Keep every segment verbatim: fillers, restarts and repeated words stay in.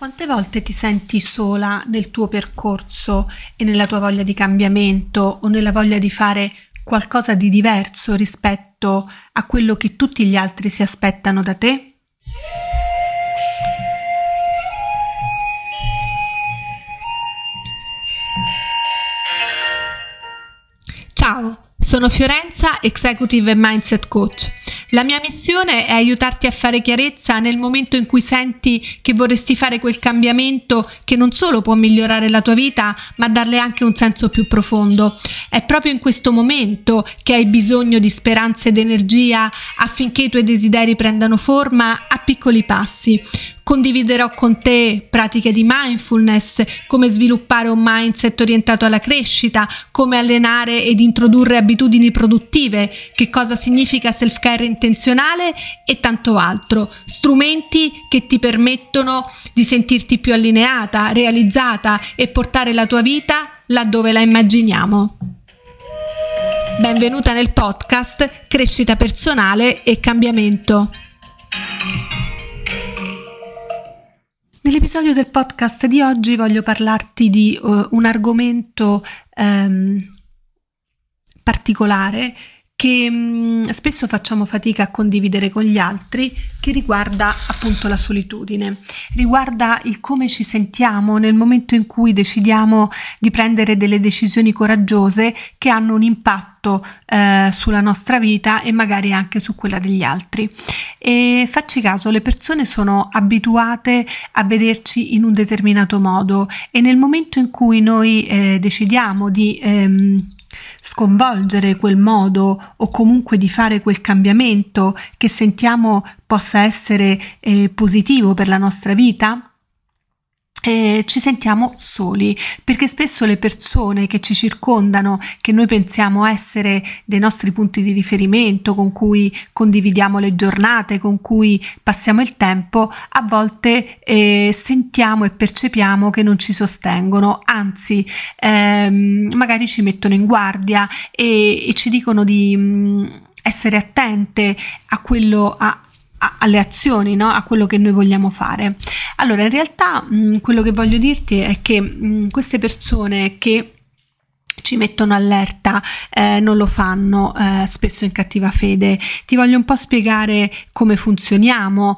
Quante volte ti senti sola nel tuo percorso e nella tua voglia di cambiamento o nella voglia di fare qualcosa di diverso rispetto a quello che tutti gli altri si aspettano da te? Ciao, sono Fiorenza, Executive e Mindset Coach. La mia missione è aiutarti a fare chiarezza nel momento in cui senti che vorresti fare quel cambiamento che non solo può migliorare la tua vita, ma darle anche un senso più profondo. È proprio in questo momento che hai bisogno di speranza ed energia affinché i tuoi desideri prendano forma a piccoli passi. Condividerò con te pratiche di mindfulness, come sviluppare un mindset orientato alla crescita, come allenare ed introdurre abitudini produttive, che cosa significa self-care intenzionale e tanto altro. Strumenti che ti permettono di sentirti più allineata, realizzata e portare la tua vita laddove la immaginiamo. Benvenuta nel podcast Crescita personale e cambiamento. Nell'episodio del podcast di oggi voglio parlarti di uh, un argomento um, particolare che um, spesso facciamo fatica a condividere con gli altri, che riguarda appunto la solitudine, riguarda il come ci sentiamo nel momento in cui decidiamo di prendere delle decisioni coraggiose che hanno un impatto eh, sulla nostra vita e magari anche su quella degli altri. E facci caso, le persone sono abituate a vederci in un determinato modo e nel momento in cui noi eh, decidiamo di ehm, sconvolgere quel modo o comunque di fare quel cambiamento che sentiamo possa essere eh, positivo per la nostra vita, Eh, ci sentiamo soli, perché spesso le persone che ci circondano, che noi pensiamo essere dei nostri punti di riferimento, con cui condividiamo le giornate, con cui passiamo il tempo, a volte eh, sentiamo e percepiamo che non ci sostengono, anzi ehm, magari ci mettono in guardia e, e ci dicono di mh, essere attente a quello a alle azioni, no? A quello che noi vogliamo fare. Allora, in realtà mh, quello che voglio dirti è che mh, queste persone che ci mettono allerta eh, non lo fanno eh, spesso in cattiva fede. Ti voglio un po' spiegare come funzioniamo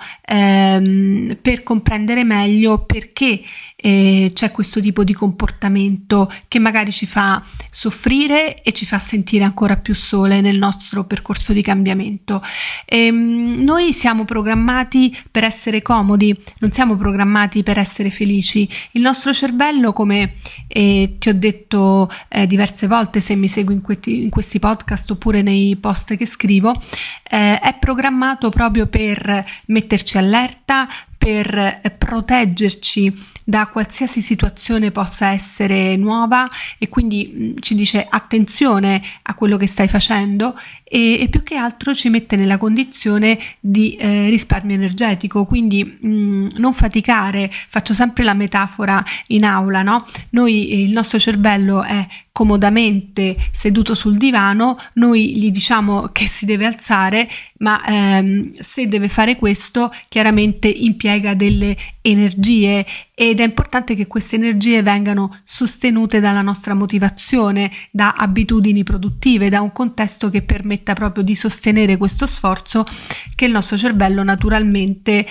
ehm, per comprendere meglio perché eh, c'è questo tipo di comportamento che magari ci fa soffrire e ci fa sentire ancora più sole nel nostro percorso di cambiamento. Ehm, noi siamo programmati per essere comodi, non siamo programmati per essere felici. Il nostro cervello, come eh, ti ho detto eh, diverse volte se mi segui in, questi, in questi podcast oppure nei post che scrivo, eh, è programmato proprio per metterci allerta, per proteggerci da qualsiasi situazione possa essere nuova e quindi mh, ci dice attenzione a quello che stai facendo e, e più che altro ci mette nella condizione di eh, risparmio energetico, quindi mh, non faticare. Faccio sempre la metafora in aula, no? Noi, il nostro cervello è comodamente seduto sul divano, noi gli diciamo che si deve alzare, ma ehm, se deve fare questo chiaramente impiega delle energie ed è importante che queste energie vengano sostenute dalla nostra motivazione, da abitudini produttive, da un contesto che permetta proprio di sostenere questo sforzo che il nostro cervello naturalmente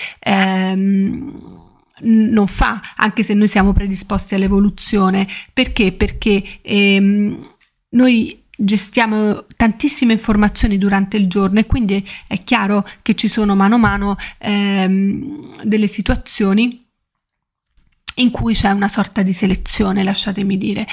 ehm, non fa, anche se noi siamo predisposti all'evoluzione. Perché? Perché ehm, noi gestiamo tantissime informazioni durante il giorno e quindi è chiaro che ci sono mano a mano ehm, delle situazioni in cui c'è una sorta di selezione, lasciatemi dire.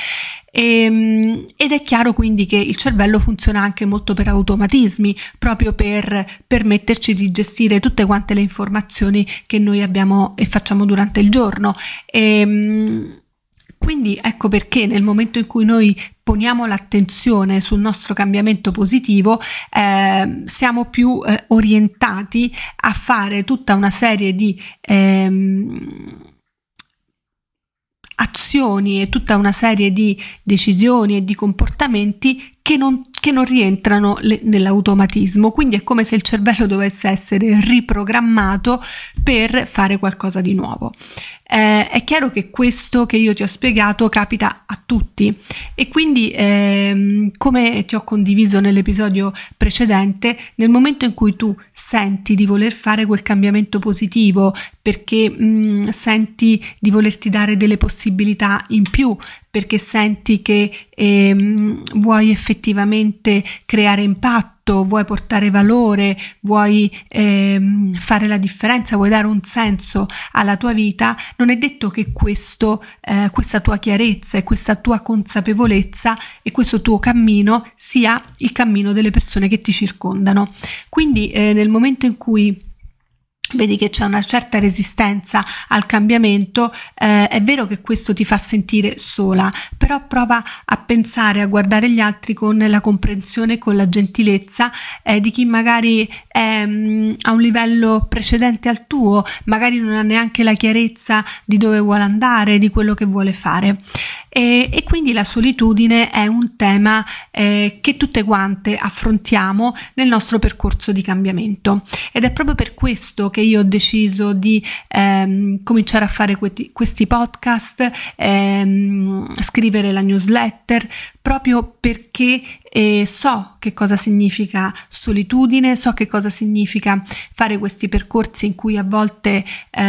E, ed è chiaro quindi che il cervello funziona anche molto per automatismi, proprio per permetterci di gestire tutte quante le informazioni che noi abbiamo e facciamo durante il giorno. E, quindi ecco perché nel momento in cui noi poniamo l'attenzione sul nostro cambiamento positivo eh, siamo più eh, orientati a fare tutta una serie di ehm, azioni e tutta una serie di decisioni e di comportamenti che non, che non rientrano le, nell'automatismo. Quindi è come se il cervello dovesse essere riprogrammato per fare qualcosa di nuovo. Eh, è chiaro che questo che io ti ho spiegato capita a tutti e quindi ehm, come ti ho condiviso nell'episodio precedente, nel momento in cui tu senti di voler fare quel cambiamento positivo perché mh, senti di volerti dare delle possibilità in più, perché senti che ehm, vuoi effettivamente creare impatto, vuoi portare valore, vuoi ehm, fare la differenza, vuoi dare un senso alla tua vita, non è detto che questo, eh, questa tua chiarezza e questa tua consapevolezza e questo tuo cammino sia il cammino delle persone che ti circondano. Quindi eh, nel momento in cui vedi che c'è una certa resistenza al cambiamento, eh, è vero che questo ti fa sentire sola, però prova a pensare, a guardare gli altri con la comprensione, con la gentilezza eh, di chi magari è mh, a un livello precedente al tuo, magari non ha neanche la chiarezza di dove vuole andare, di quello che vuole fare. E, e quindi la solitudine è un tema eh, che tutte quante affrontiamo nel nostro percorso di cambiamento, ed è proprio per questo che io ho deciso di ehm, cominciare a fare que- questi podcast, ehm, scrivere la newsletter, proprio perché eh, so che cosa significa solitudine, so che cosa significa fare questi percorsi in cui a volte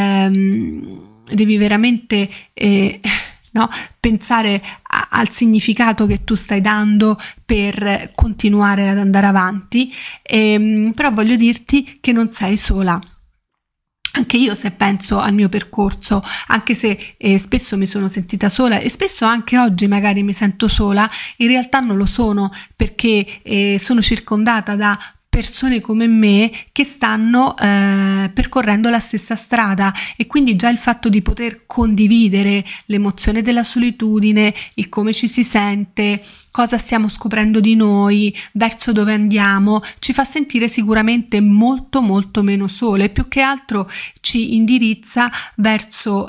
ehm, devi veramente eh, no, pensare a, al significato che tu stai dando per continuare ad andare avanti, e, però voglio dirti che non sei sola. Anche io, se penso al mio percorso, anche se eh, spesso mi sono sentita sola e spesso anche oggi magari mi sento sola, in realtà non lo sono, perché eh, sono circondata da persone come me che stanno eh, percorrendo la stessa strada, e quindi già il fatto di poter condividere l'emozione della solitudine, il come ci si sente, cosa stiamo scoprendo di noi, verso dove andiamo, ci fa sentire sicuramente molto molto meno sole, e più che altro ci indirizza verso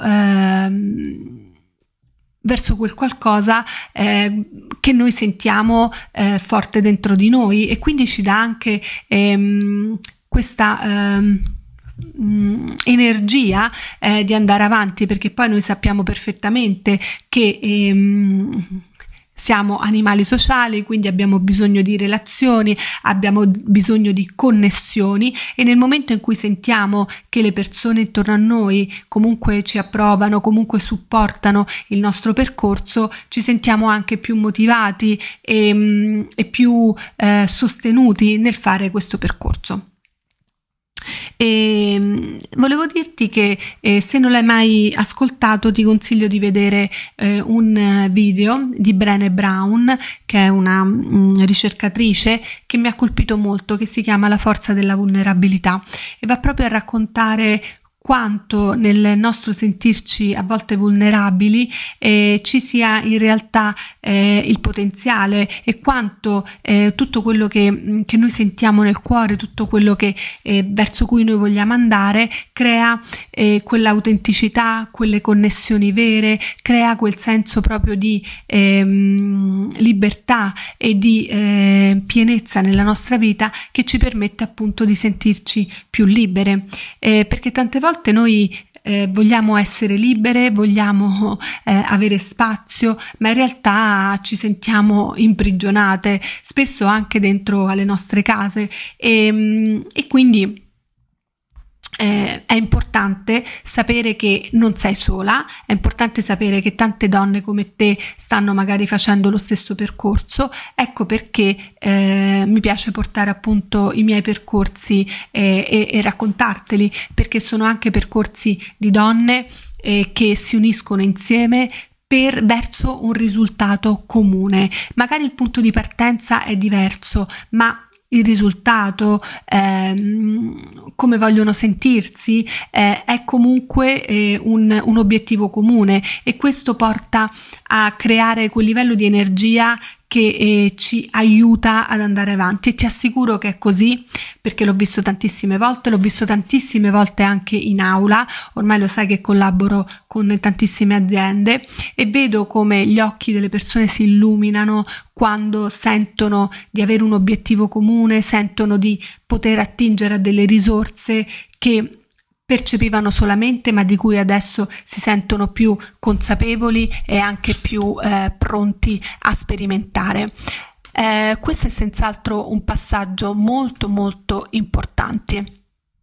ehm, verso quel qualcosa eh, che noi sentiamo eh, forte dentro di noi, e quindi ci dà anche ehm, questa ehm, mh, energia eh, di andare avanti, perché poi noi sappiamo perfettamente che ehm, siamo animali sociali, quindi abbiamo bisogno di relazioni, abbiamo bisogno di connessioni, e nel momento in cui sentiamo che le persone intorno a noi comunque ci approvano, comunque supportano il nostro percorso, ci sentiamo anche più motivati e, e più eh, sostenuti nel fare questo percorso. E volevo dirti che eh, se non l'hai mai ascoltato, ti consiglio di vedere eh, un video di Brené Brown, che è una mh, ricercatrice che mi ha colpito molto, che si chiama La forza della vulnerabilità, e va proprio a raccontare quanto nel nostro sentirci a volte vulnerabili eh, ci sia in realtà eh, il potenziale, e quanto eh, tutto quello che, che noi sentiamo nel cuore, tutto quello che eh, verso cui noi vogliamo andare, crea eh, quell'autenticità, quelle connessioni vere, crea quel senso proprio di ehm, libertà e di eh, pienezza nella nostra vita, che ci permette appunto di sentirci più libere, eh, perché tante volte noi eh, vogliamo essere libere, vogliamo eh, avere spazio, ma in realtà ci sentiamo imprigionate, spesso anche dentro alle nostre case, e, e quindi Eh, è importante sapere che non sei sola, è importante sapere che tante donne come te stanno magari facendo lo stesso percorso. Ecco perché eh, mi piace portare appunto i miei percorsi eh, e, e raccontarteli, perché sono anche percorsi di donne eh, che si uniscono insieme per verso un risultato comune. Magari il punto di partenza è diverso, ma il risultato, ehm, come vogliono sentirsi, eh, è comunque eh, un, un obiettivo comune, e questo porta a creare quel livello di energia che eh, ci aiuta ad andare avanti, e ti assicuro che è così, perché l'ho visto tantissime volte, l'ho visto tantissime volte anche in aula. Ormai lo sai che collaboro con tantissime aziende, e vedo come gli occhi delle persone si illuminano quando sentono di avere un obiettivo comune, sentono di poter attingere a delle risorse che percepivano solamente, ma di cui adesso si sentono più consapevoli e anche più eh, pronti a sperimentare. Eh, questo è senz'altro un passaggio molto molto importante.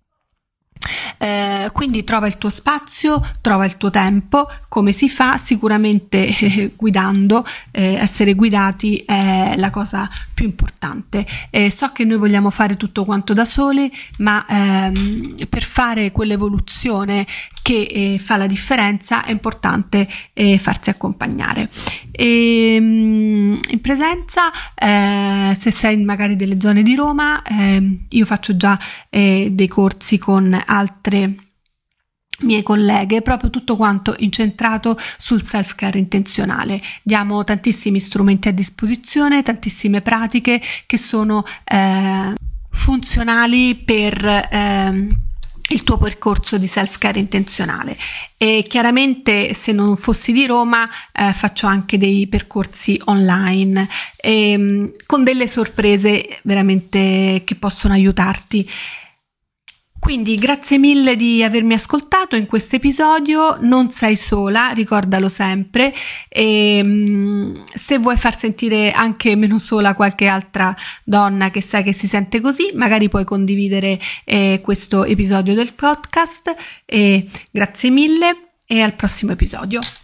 Eh, quindi trova il tuo spazio, trova il tuo tempo. Come si fa? Sicuramente eh, guidando. Eh, essere guidati è la cosa più importante. Eh, so che noi vogliamo fare tutto quanto da soli, ma ehm, per fare quell'evoluzione che eh, fa la differenza è importante eh, farsi accompagnare. E, in presenza, eh, se sei magari delle zone di Roma, eh, io faccio già eh, dei corsi con altre mie colleghe, proprio tutto quanto incentrato sul self-care intenzionale. Diamo tantissimi strumenti a disposizione, tantissime pratiche che sono eh, funzionali per eh, il tuo percorso di self-care intenzionale. E chiaramente, se non fossi di Roma, eh, faccio anche dei percorsi online e, con delle sorprese veramente che possono aiutarti. Quindi grazie mille di avermi ascoltato in questo episodio. Non sei sola, ricordalo sempre, e mh, se vuoi far sentire anche meno sola qualche altra donna che sai che si sente così, magari puoi condividere eh, questo episodio del podcast. E grazie mille e al prossimo episodio.